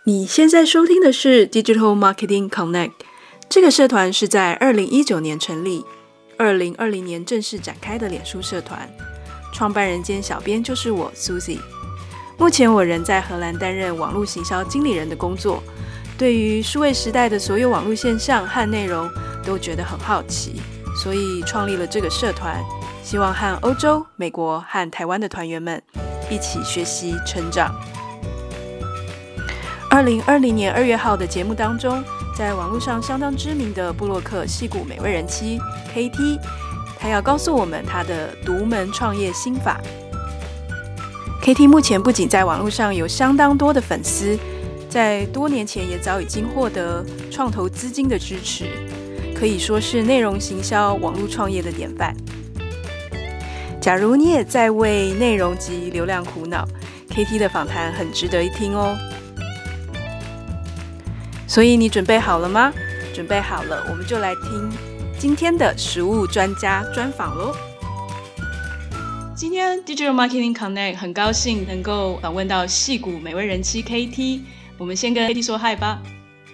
你现在收听的是 Digital Marketing Connect， 这个社团是在2019年成立，2020年正式展开的脸书社团，创办人兼小编就是我 Susie。目前我人在荷兰担任网络行销经理人的工作，对于数位时代的所有网络现象和内容都觉得很好奇，所以创立了这个社团，希望和欧洲、美国和台湾的团员们一起学习成长。2020年2月号的节目当中，在网络上相当知名的部落客矽谷美味人妻 KT， 她要告诉我们她的独门创业心法。KT 目前不仅在网络上有相当多的粉丝，在多年前也早已经获得创投资金的支持，可以说是内容行销网络创业的典范。假如你也在为内容及流量苦恼， KT 的访谈很值得一听哦。所以你准备好了吗？准备好了，我们就来听今天的食物专家专访咯。今天 Digital Marketing Connect 很高兴能够访问到矽谷美味人妻 KT， 我们先跟 KT 说嗨吧。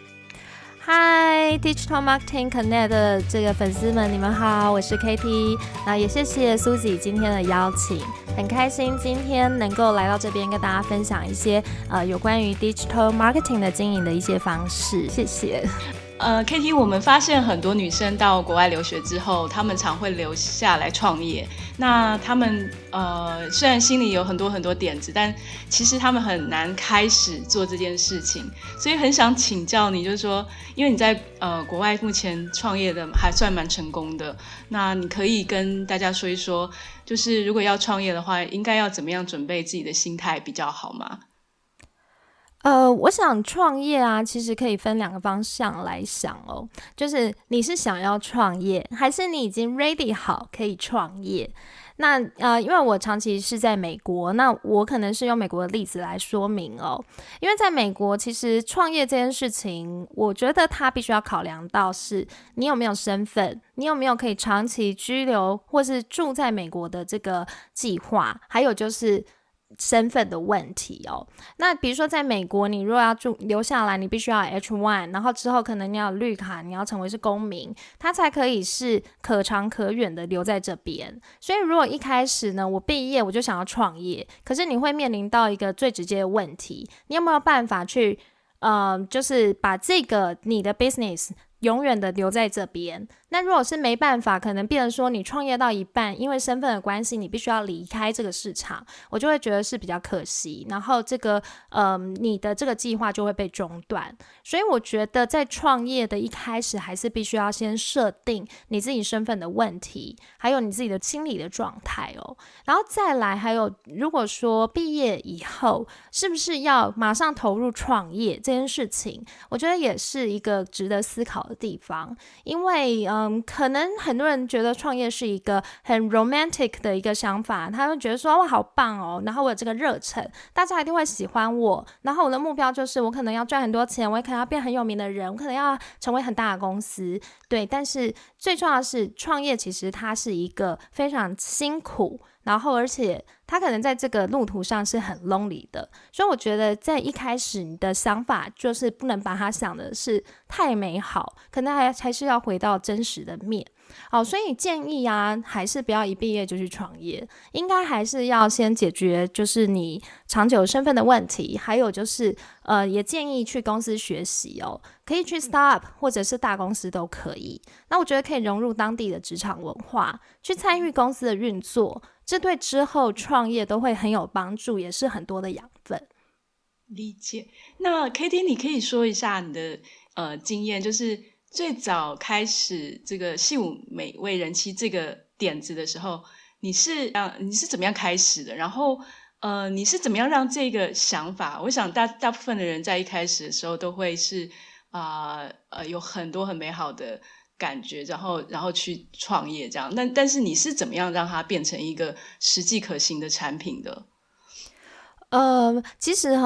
嗨 Digital Marketing Connect 的这个粉丝们，你们好，我是 KT。那也谢谢 Susie 今天的邀请，很开心今天能够来到这边跟大家分享一些有关于 Digital Marketing 的经营的一些方式，谢谢。 KT， 我们发现很多女生到国外留学之后，她们常会留下来创业。那她们虽然心里有很多点子，但其实她们很难开始做这件事情。所以很想请教你，就是说，因为你在国外目前创业的还算蛮成功的，那你可以跟大家说一说，就是如果要创业的话，应该要怎么样准备自己的心态比较好吗？ 我想创业啊，其实可以分两个方向来想哦，就是你是想要创业，还是你已经 ready 好可以创业？那因为我长期是在美国，那我可能是用美国的例子来说明哦。因为在美国，其实创业这件事情，我觉得它必须要考量到是你有没有身份，你有没有可以长期居留或是住在美国的这个计划，还有就是身份的问题哦。那比如说在美国，你如果要留下来，你必须要有 H1， 然后之后可能你要有绿卡，你要成为是公民，它才可以是可长可远的留在这边。所以如果一开始呢，我毕业我就想要创业，可是你会面临到一个最直接的问题，你有没有办法去就是把这个你的 business 永远的留在这边？那如果是没办法，可能变成说你创业到一半，因为身份的关系，你必须要离开这个市场，我就会觉得是比较可惜，然后这个你的这个计划就会被中断。所以我觉得在创业的一开始，还是必须要先设定你自己身份的问题，还有你自己的心理的状态哦。然后再来，还有如果说毕业以后是不是要马上投入创业这件事情，我觉得也是一个值得思考的地方。因为可能很多人觉得创业是一个很 romantic 的一个想法，他会觉得说哇好棒哦，然后我有这个热忱，大家一定会喜欢我，然后我的目标就是我可能要赚很多钱，我也可能要变很有名的人，我可能要成为很大的公司。对，但是最重要的是创业其实它是一个非常辛苦，然后而且他可能在这个路途上是很 lonely 的，所以我觉得在一开始你的想法就是不能把它想的是太美好，可能还是要回到真实的面。好，所以建议啊，还是不要一毕业就去创业，应该还是要先解决就是你长久身份的问题，还有就是也建议去公司学习哦，可以去 startup 或者是大公司都可以。那我觉得可以融入当地的职场文化，去参与公司的运作，这对之后创业都会很有帮助，也是很多的养分。 理解。那 KT， 你可以说一下你的经验，就是最早开始这个矽谷美味人妻这个点子的时候，你是怎么样开始的？然后你是怎么样让这个想法？我想大部分的人在一开始的时候都会是有很多很美好的感觉，然后去创业这样。但是你是怎么样让它变成一个实际可行的产品的？ 其实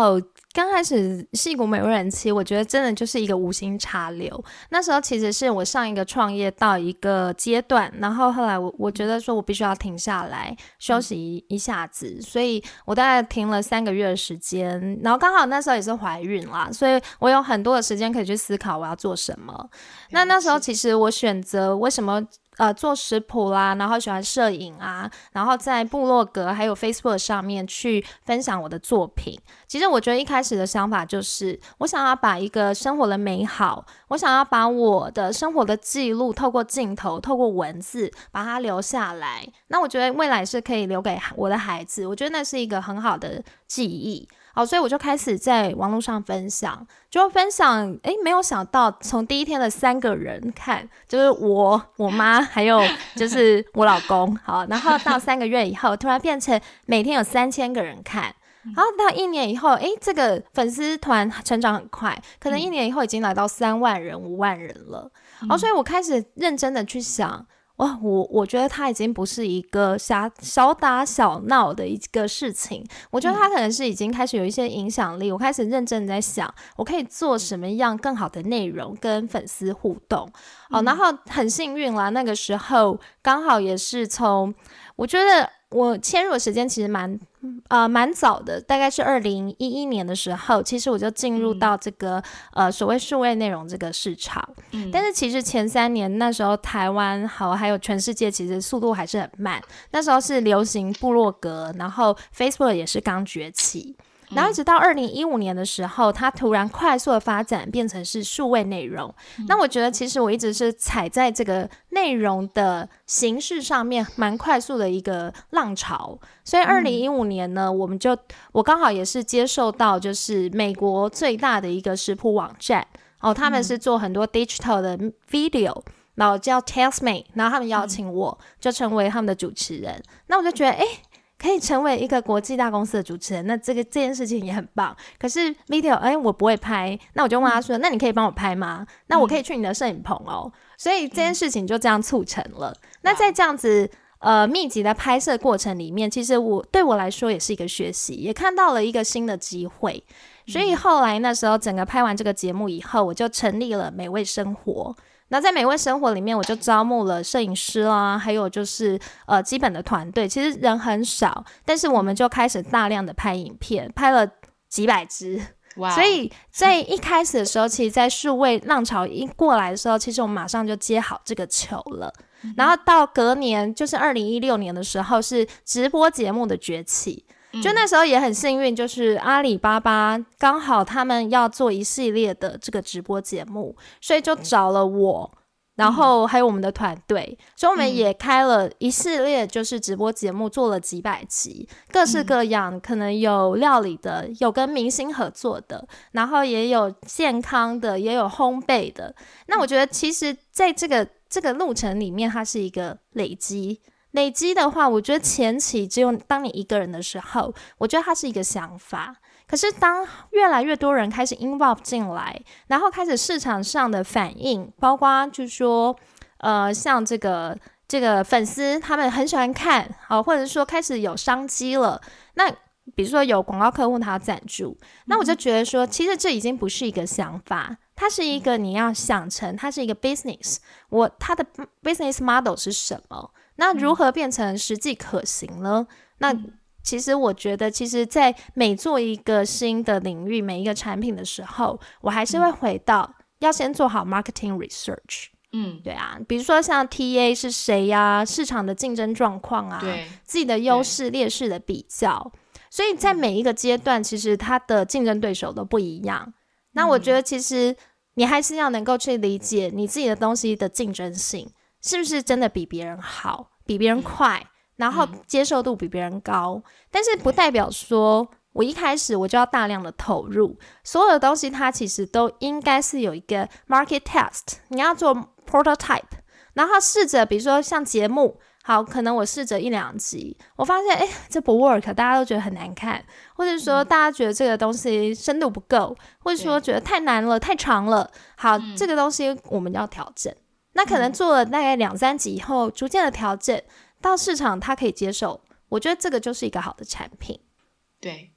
刚开始矽谷美味人妻，我觉得真的就是一个无心插柳。那时候其实是我上一个创业到一个阶段，然后后来我觉得说我必须要停下来休息一下子，所以我大概停了3个月的时间，然后刚好那时候也是怀孕啦，所以我有很多的时间可以去思考我要做什么。那时候其实我选择为什么做食谱啦，然后喜欢摄影啊，然后在部落格还有 Facebook 上面去分享我的作品。其实我觉得一开始的想法就是我想要把一个生活的美好，我想要把我的生活的记录透过镜头透过文字把它留下来，那我觉得未来是可以留给我的孩子，我觉得那是一个很好的记忆。所以我就开始在网络上分享，就分享没有想到从第一天的3个人看，就是我妈还有就是我老公，好，然后到3个月以后突然变成每天有3000个人看，然后到1年以后这个粉丝团成长很快，可能1年以后已经来到3万人5万人了。所以我开始认真的去想，我觉得它已经不是一个小打小闹的一个事情，我觉得它可能是已经开始有一些影响力。我开始认真的在想我可以做什么样更好的内容跟粉丝互动。然后很幸运啦，那个时候刚好也是我觉得我切入的时间其实蛮早的，大概是2011年的时候，其实我就进入到这个所谓数位内容这个市场。但是其实前3年那时候台湾还有全世界其实速度还是很慢，那时候是流行部落格，然后 Facebook 也是刚崛起，然后一直到2015年的时候，它突然快速的发展变成是数位内容。那我觉得其实我一直是踩在这个内容的形式上面蛮快速的一个浪潮，所以2015年呢，我刚好也是接受到就是美国最大的一个食谱网站他们是做很多 digital 的 video， 然后叫 Tastmade， 然后他们邀请我就成为他们的主持人。那我就觉得可以成为一个国际大公司的主持人，那这件事情也很棒。可是 video 我不会拍，那我就问他说那你可以帮我拍吗？那我可以去你的摄影棚所以这件事情就这样促成了。那在这样子密集的拍摄过程里面，其实对我来说也是一个学习，也看到了一个新的机会。所以后来那时候整个拍完这个节目以后，我就成立了美味生活。那在美味生活里面，我就招募了摄影师啦，还有就是基本的团队，其实人很少，但是我们就开始大量的拍影片，拍了几百支。所以在一开始的时候，其实在数位浪潮一过来的时候，其实我们马上就接好这个球了。然后到隔年就是2016年的时候，是直播节目的崛起。就那时候也很幸运，就是阿里巴巴刚好他们要做一系列的这个直播节目，所以就找了我，然后还有我们的团队，所以我们也开了一系列就是直播节目，做了几百集，各式各样，可能有料理的，有跟明星合作的，然后也有健康的，也有烘焙的。那我觉得其实在这个路程里面，它是一个累积的话，我觉得前期只有当你一个人的时候，我觉得它是一个想法。可是当越来越多人开始 involve 进来，然后开始市场上的反应，包括就是说像这个粉丝他们很喜欢看或者说开始有商机了，那比如说有广告客户他要赞助，那我就觉得说其实这已经不是一个想法，它是一个你要想成它是一个 business， 它的 business model 是什么，那如何变成实际可行呢？那其实我觉得其实在每做一个新的领域每一个产品的时候，我还是会回到要先做好 marketing research。对啊，比如说像 TA 是谁呀，市场的竞争状况啊，自己的优势劣势的比较，所以在每一个阶段其实它的竞争对手都不一样。那我觉得其实你还是要能够去理解你自己的东西的竞争性是不是真的比别人好，比别人快，然后接受度比别人高，但是不代表说我一开始我就要大量的投入，所有的东西它其实都应该是有一个 market test， 你要做 prototype， 然后试着比如说像节目，好，可能我试着1-2集，我发现这不 work， 大家都觉得很难看，或者说大家觉得这个东西深度不够，或者说觉得太难了太长了，好，这个东西我们要调整，那可能做了大概2-3集以后逐渐的调整到市场它可以接受，我觉得这个就是一个好的产品。 对，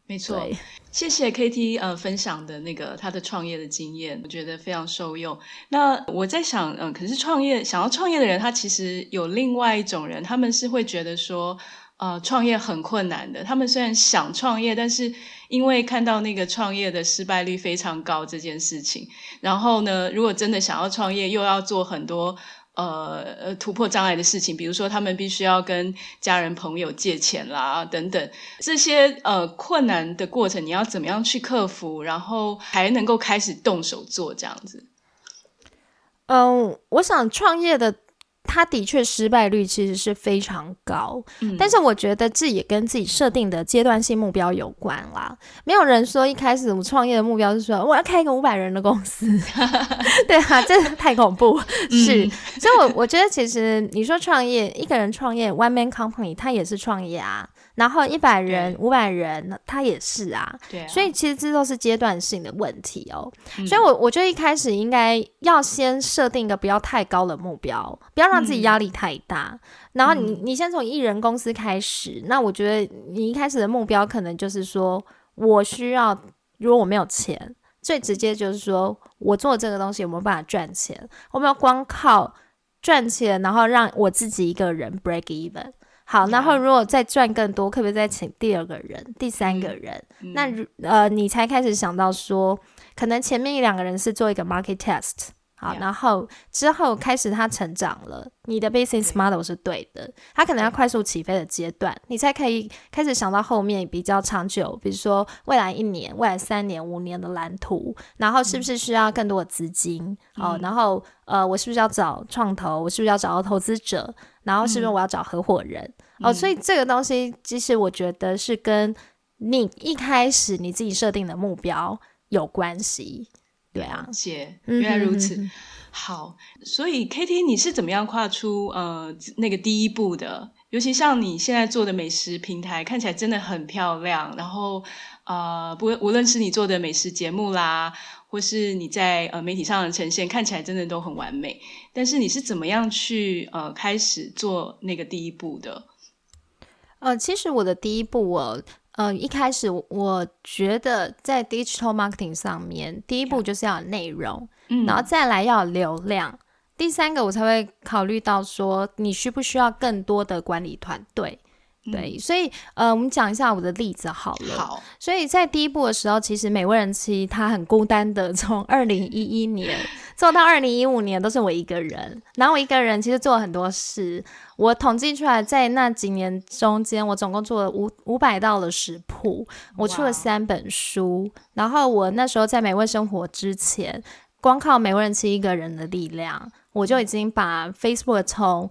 没错，谢谢 KT 分享的那个他的创业的经验，我觉得非常受用。那我在想可是想要创业的人，他其实有另外一种人，他们是会觉得说创业很困难的。他们虽然想创业，但是因为看到那个创业的失败率非常高这件事情，然后呢如果真的想要创业，又要做很多突破障碍的事情，比如说他们必须要跟家人朋友借钱啦等等，这些困难的过程你要怎么样去克服，然后还能够开始动手做这样子？ 我想创业的它的确失败率其实是非常高，但是我觉得这也跟自己设定的阶段性目标有关啦。没有人说一开始我创业的目标是说我要开一个500人的公司对啊，这太恐怖是，所以我觉得其实你说创业，一个人创业 one man company 他也是创业啊，然后100人500人他也是啊，对啊，所以其实这都是阶段性的问题哦。所以我觉得一开始应该要先设定一个不要太高的目标，不要让自己压力太大，然后你先从1人公司开始，那我觉得你一开始的目标可能就是说我需要，如果我没有钱，最直接就是说我做这个东西有没有办法赚钱，我没有光靠赚钱然后让我自己一个人 break even。好，然后如果再赚更多，可不可以再请第2个人第3个人，那你才开始想到说可能前面1-2个人是做一个 market test， 好，然后之后开始他成长了，你的 business model 是对的，他可能要快速起飞的阶段，你才可以开始想到后面比较长久，比如说未来1年未来3年5年的蓝图，然后是不是需要更多的资金，然后我是不是要找创投，我是不是要找到投资者，然后是不是我要找合伙人，所以这个东西其实我觉得是跟你一开始你自己设定的目标有关系。对啊， 原来如此。好，所以 KT 你是怎么样跨出那个第一步的？尤其像你现在做的美食平台看起来真的很漂亮，然后无论是你做的美食节目啦，或是你在媒体上的呈现，看起来真的都很完美，但是你是怎么样去开始做那个第一步的？ 其实我的第一步一开始我觉得在 digital marketing 上面，第一步就是要有内容，然后再来要有流量，第3个我才会考虑到说你需不需要更多的管理团队。对，所以我们讲一下我的例子好了。好，所以在第一步的时候，其实美味人妻他很孤单的从2011年做到2015年都是我一个人，然后我一个人其实做了很多事，我统计出来在那几年中间我总共做了500道的食谱，我出了3本书，然后我那时候在美味生活之前，光靠美味人妻一个人的力量，我就已经把 Facebook 从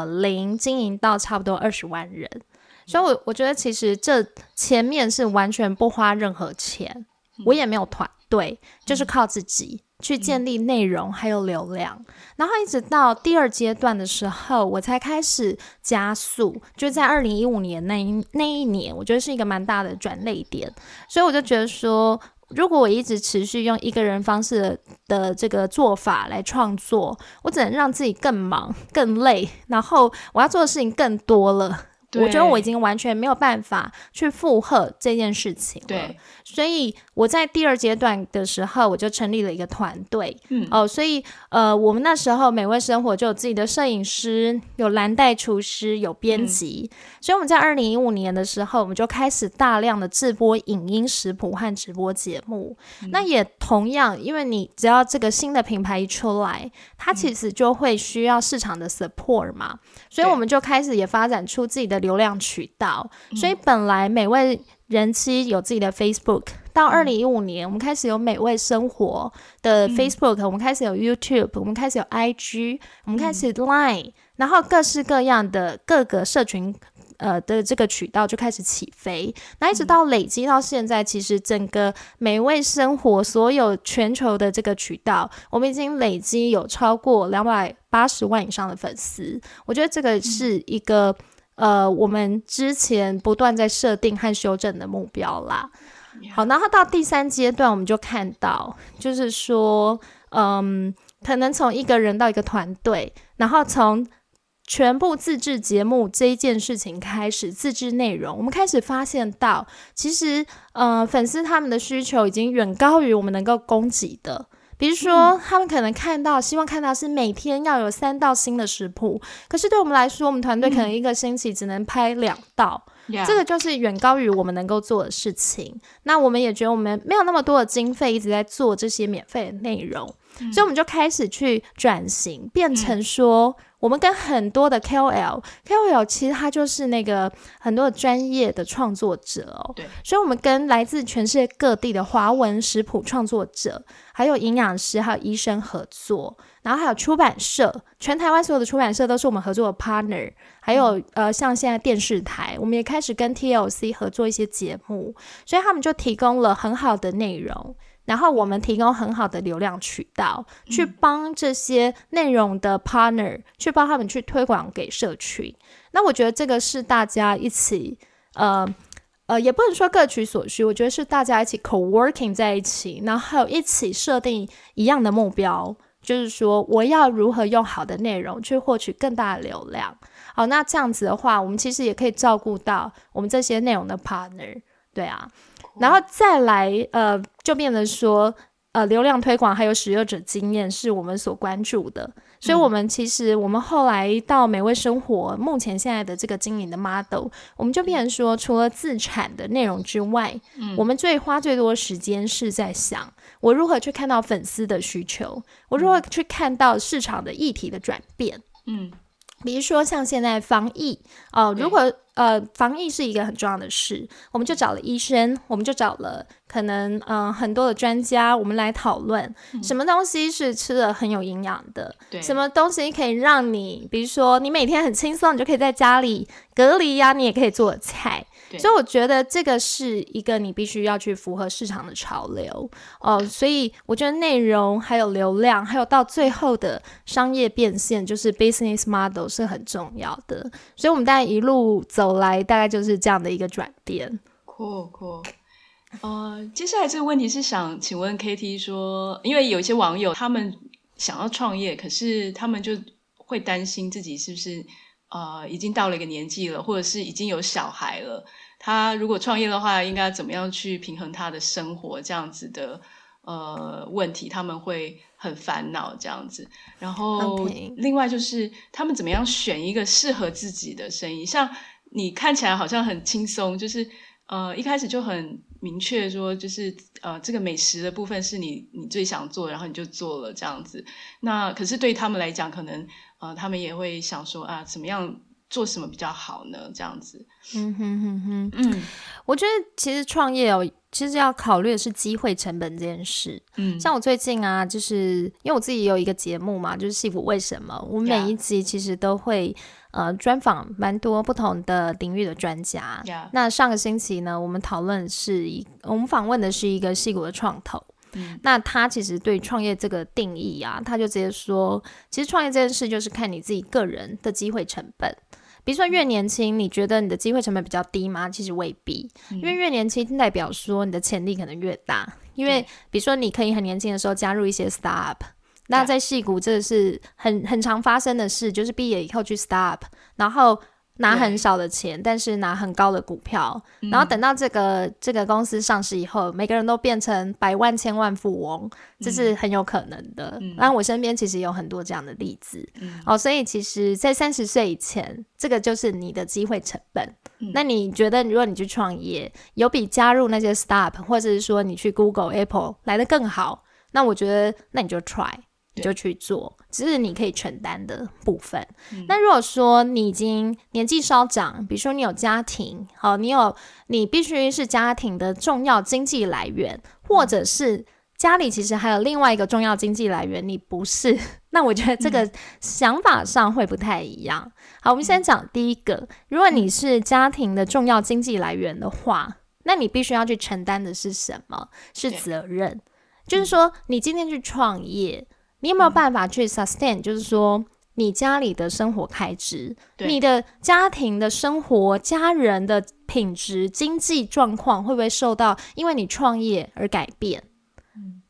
0经营到差不多20万人，所以我觉得其实这前面是完全不花任何钱，我也没有团队，就是靠自己去建立内容还有流量，然后一直到第2阶段的时候我才开始加速，就在2015年那一年，我觉得是一个蛮大的转捩点，所以我就觉得说如果我一直持续用一个人方式的这个做法来创作，我只能让自己更忙更累，然后我要做的事情更多了，我觉得我已经完全没有办法去负荷这件事情了。对，所以我在第2阶段的时候我就成立了一个团队，所以我们那时候美味生活就有自己的摄影师，有蓝带厨师，有编辑，所以我们在2015年的时候我们就开始大量的直播影音食谱和直播节目，那也同样因为你只要这个新的品牌一出来，它其实就会需要市场的 support 嘛，所以我们就开始也发展出自己的流量渠道，所以本来美味人妻有自己的 Facebook， 到2015年我们开始有美味生活的 Facebook，我们开始有 YouTube， 我们开始有 IG， 我们开始 Line， 然后各式各样的各个社群的这个渠道就开始起飞，那一直到累积到现在，其实整个美味生活所有全球的这个渠道，我们已经累积有超过280万以上的粉丝，我觉得这个是一个我们之前不断在设定和修正的目标啦。好，然后到第3阶段我们就看到就是说可能从一个人到一个团队，然后从全部自制节目这一件事情开始，自制内容，我们开始发现到其实粉丝他们的需求已经远高于我们能够供给的。比如说他们可能希望看到是每天要有3道新的食谱，可是对我们来说，我们团队可能一个星期只能拍2道，这个就是远高于我们能够做的事情。那我们也觉得我们没有那么多的经费一直在做这些免费的内容，所以我们就开始去转型，变成说我们跟很多的 KOL 其实他就是那个很多的专业的创作者对， 所以我们跟来自全世界各地的华文食谱创作者，还有营养师，还有医生合作，然后还有出版社，全台湾所有的出版社都是我们合作的 partner， 还有像现在电视台，我们也开始跟 TLC 合作一些节目，所以他们就提供了很好的内容，然后我们提供很好的流量渠道，去帮这些内容的 partner 去帮他们去推广给社群。那我觉得这个是大家一起也不能说各取所需，我觉得是大家一起 co-working 在一起，然后还有一起设定一样的目标，就是说我要如何用好的内容去获取更大的流量。好，那这样子的话，我们其实也可以照顾到我们这些内容的 partner， 对啊。然后再来就变成说流量推广还有使用者经验是我们所关注的，所以我们其实我们后来到美味生活目前现在的这个经营的 model， 我们就变成说除了自产的内容之外，我们花最多的时间是在想我如何去看到粉丝的需求，我如何去看到市场的议题的转变。比如说像现在防疫如果防疫是一个很重要的事，我们就找了医生，我们就找了可能很多的专家，我们来讨论什么东西是吃的很有营养的，什么东西可以让你比如说你每天很轻松，你就可以在家里隔离呀，你也可以做菜。所以我觉得这个是一个你必须要去符合市场的潮流所以我觉得内容还有流量还有到最后的商业变现就是 business model 是很重要的，所以我们大概一路走来大概就是这样的一个转变。 cool 接下来这个问题是想请问 KT 说，因为有一些网友他们想要创业，可是他们就会担心自己是不是已经到了一个年纪了，或者是已经有小孩了，他如果创业的话应该怎么样去平衡他的生活，这样子的问题他们会很烦恼这样子。然后另外就是他们怎么样选一个适合自己的生意，像你看起来好像很轻松，就是一开始就很明确说就是这个美食的部分是你最想做，然后你就做了这样子。那可是对他们来讲可能他们也会想说怎么样做什么比较好呢这样子。 我觉得其实创业其实要考虑的是机会成本这件事。像我最近就是因为我自己有一个节目嘛，就是戏骨为什么，我们每一集其实都会专访蛮多不同的领域的专家。那上个星期呢，我们访问的是一个戏骨的创投。那他其实对创业这个定义他就直接说，其实创业这件事就是看你自己个人的机会成本。比如说越年轻你觉得你的机会成本比较低吗？其实未必，因为越年轻代表说你的潜力可能越大，因为比如说你可以很年轻的时候加入一些 startup， 那在矽谷这是很常发生的事，就是毕业以后去 startup， 然后拿很少的钱但是拿很高的股票，然后等到这个公司上市以后，每个人都变成百万千万富翁，这是很有可能的。然后我身边其实有很多这样的例子所以其实在30岁以前，这个就是你的机会成本。那你觉得如果你去创业有比加入那些 startup 或者是说你去 Google Apple 来得更好，那我觉得那你就 try，你就去做，只是你可以承担的部分。那如果说你已经年纪稍长，比如说你有家庭你必须是家庭的重要经济来源，或者是家里其实还有另外一个重要经济来源你不是，那我觉得这个想法上会不太一样。好，我们先讲第一个，如果你是家庭的重要经济来源的话，那你必须要去承担的是什么？是责任。就是说你今天去创业，你有没有办法去 sustain， 就是说你家里的生活开支，你的家庭的生活，家人的品质，经济状况会不会受到因为你创业而改变？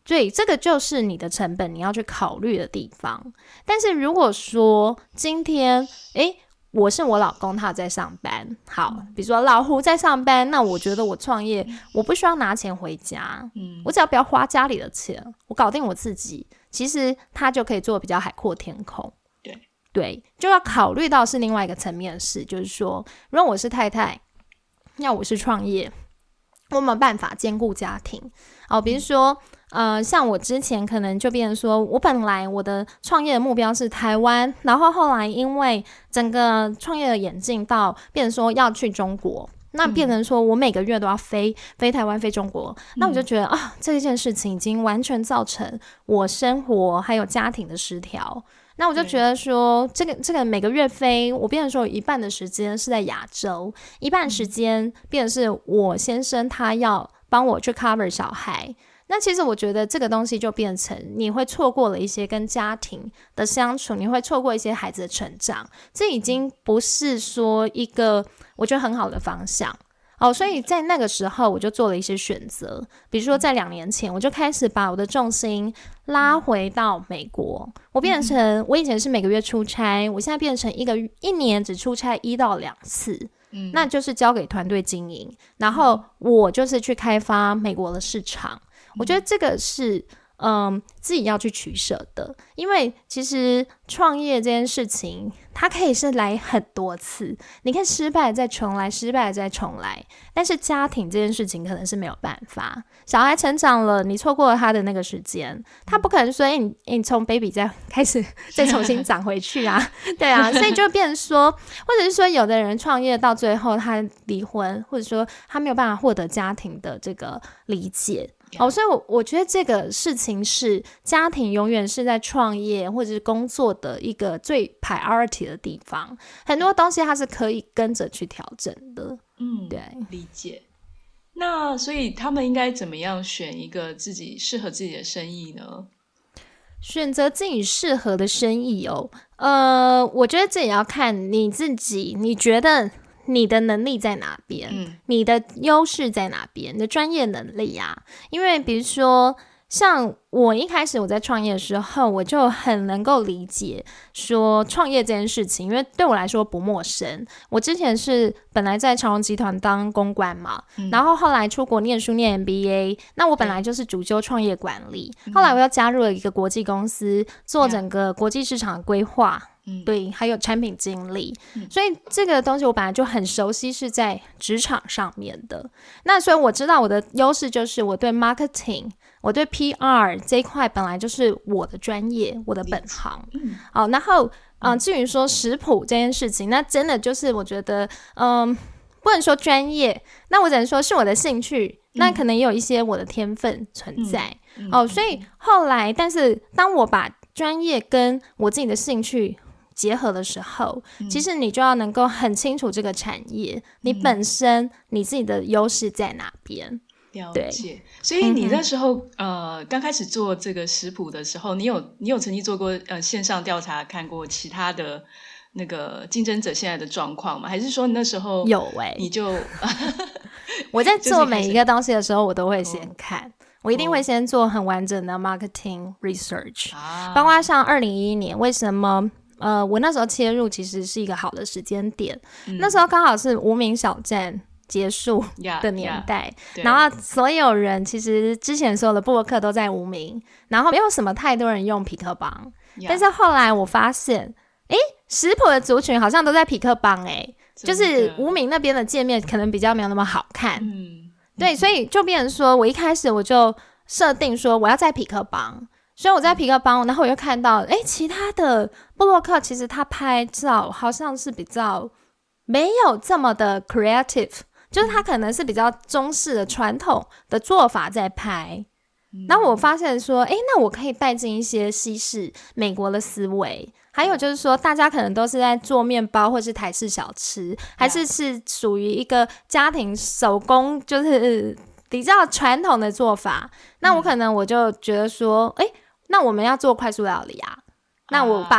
对，这个就是你的成本，你要去考虑的地方。但是如果说今天，我是我老公他在上班，好，比如说老胡在上班，那我觉得我创业，我不需要拿钱回家，我只要不要花家里的钱，我搞定我自己，其实他就可以做比较海阔天空。对，就要考虑到是另外一个层面的事，就是说，如果我是太太，那我是创业，我有没有办法兼顾家庭？比如说，像我之前可能就变成说，我本来我的创业的目标是台湾，然后后来因为整个创业的演进到变成说要去中国，那变成说我每个月都要飞台湾飞中国，那我就觉得这件事情已经完全造成我生活还有家庭的失调。那我就觉得说，这个每个月飞，我变成说有一半的时间是在亚洲，一半时间变成是我先生他要帮我去 cover 小孩。那其实我觉得这个东西就变成你会错过了一些跟家庭的相处，你会错过一些孩子的成长，这已经不是说一个我觉得很好的方向。所以在那个时候我就做了一些选择，比如说在2年前我就开始把我的重心拉回到美国，我变成我以前是每个月出差，我现在变成一年只出差1到2次，那就是交给团队经营，然后我就是去开发美国的市场。我觉得这个是自己要去取舍的，因为其实创业这件事情它可以是来很多次，你可以失败再重来，失败再重来，但是家庭这件事情可能是没有办法。小孩成长了，你错过了他的那个时间，他不可能说你从 baby 再开始再重新长回去啊对啊，所以就变成说，或者是说有的人创业到最后他离婚，或者说他没有办法获得家庭的这个理解。所以我觉得这个事情是家庭永远是在创业或者是工作的一个最 priority 的地方，很多东西它是可以跟着去调整的。对， 理解。那所以他们应该怎么样选一个自己适合自己的生意呢？ 选择自己适合的生意我觉得这也要看你自己，你觉得你的能力在哪边，你的优势在哪边，你的专业能力啊。因为比如说像我一开始我在创业的时候，我就很能够理解说创业这件事情，因为对我来说不陌生。我之前是本来在长荣集团当公关嘛，然后后来出国念书念 MBA， 那我本来就是主修创业管理，后来我又加入了一个国际公司，做整个国际市场的规划，对，还有产品经理，所以这个东西我本来就很熟悉，是在职场上面的。那所以我知道我的优势就是我对 marketing， 我对 PR 这一块本来就是我的专业，我的本行。然后至于说食谱这件事情，那真的就是我觉得不能说专业，那我只能说是我的兴趣，那可能也有一些我的天分存在。所以后来但是当我把专业跟我自己的兴趣结合的时候，其实你就要能够很清楚这个产业，你本身你自己的优势在哪边。 了解。所以你那时候刚开始做这个食谱的时候，你有曾经做过线上调查，看过其他的那个竞争者现在的状况吗？还是说你那时候有你就我在做每一个东西的时候我都会先看，我一定会先做很完整的 marketing research，包括像2011年为什么我那时候切入其实是一个好的时间点，那时候刚好是无名小站结束的年代，然后所有人其实之前所有的部落客都在无名，然后没有什么太多人用痞客邦，但是后来我发现食谱的族群好像都在痞客邦，就是无名那边的界面可能比较没有那么好看，对，所以就变成说我一开始我就设定说我要在痞客邦，所以我在痞客邦，然后我又看到其他的部落客其实他拍照好像是比较没有这么的 creative， 就是他可能是比较中式的传统的做法在拍，然后我发现说那我可以带进一些西式美国的思维，还有就是说大家可能都是在做面包或是台式小吃，还是属于一个家庭手工就是比较传统的做法，那我可能我就觉得说那我们要做快速料理啊，那我把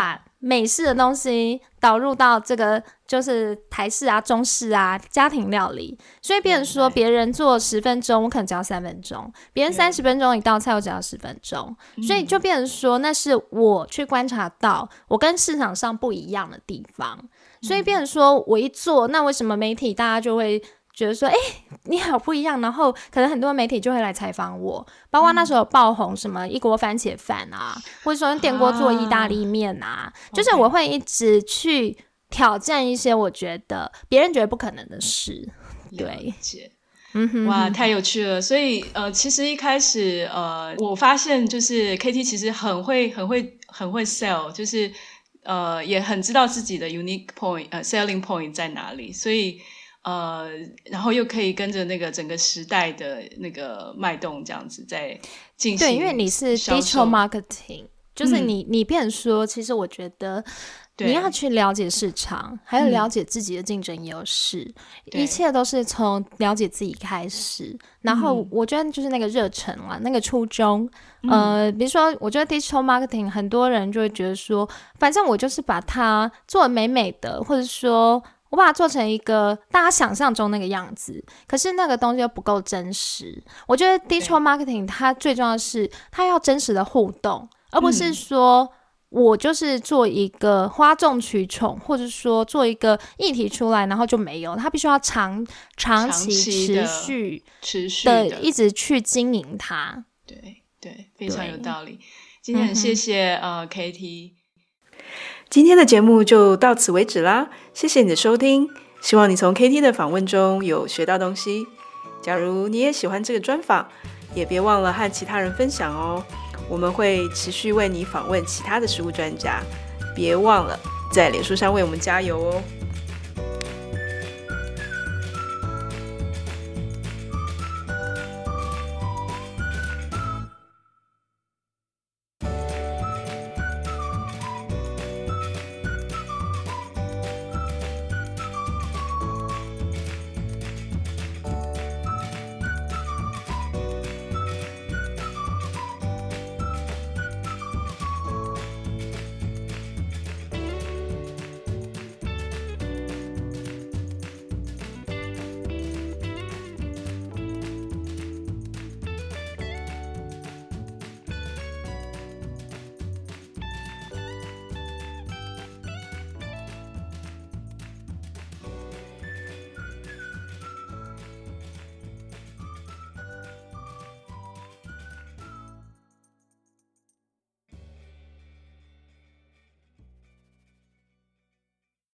美式的东西导入到这个就是台式啊、中式啊、家庭料理，所以变成说别人做10分钟，我可能只要3分钟；别人30分钟一道菜，我只要10分钟，所以就变成说那是我去观察到我跟市场上不一样的地方，所以变成说我一做，那为什么媒体大家就会觉得说你好不一样，然后可能很多媒体就会来采访我，包括那时候有爆红什么一锅番茄饭啊，或者说用电锅做意大利面啊，就是我会一直去挑战一些我觉得别人觉得不可能的事。对， 哇，太有趣了。所以其实一开始我发现就是 KT 其实很会 sell， 就是也很知道自己的 unique point selling point 在哪里，所以然后又可以跟着那个整个时代的那个脉动这样子在进行。 对，因为你是 digital marketing， 就是你变成说，其实我觉得你要去了解市场，还有了解自己的竞争优势，一切都是从了解自己开始。然后我觉得就是那个热忱啦，那个初衷。比如说，我觉得 digital marketing 很多人就会觉得说，反正我就是把它做得美美的，或者说我把它做成一个大家想象中那个样子，可是那个东西又不够真实。我觉得 digital marketing 它最重要的是它要真实的互动，而不是说我就是做一个哗众取宠，或者说做一个议题出来然后就没有，它必须要长期持续的一直去经营它。 对，非常有道理。今天很谢谢KT。 今天的节目就到此为止啦，谢谢你的收听，希望你从 KT 的访问中有学到东西。假如你也喜欢这个专访，也别忘了和其他人分享哦。我们会持续为你访问其他的食物专家，别忘了在脸书上为我们加油哦。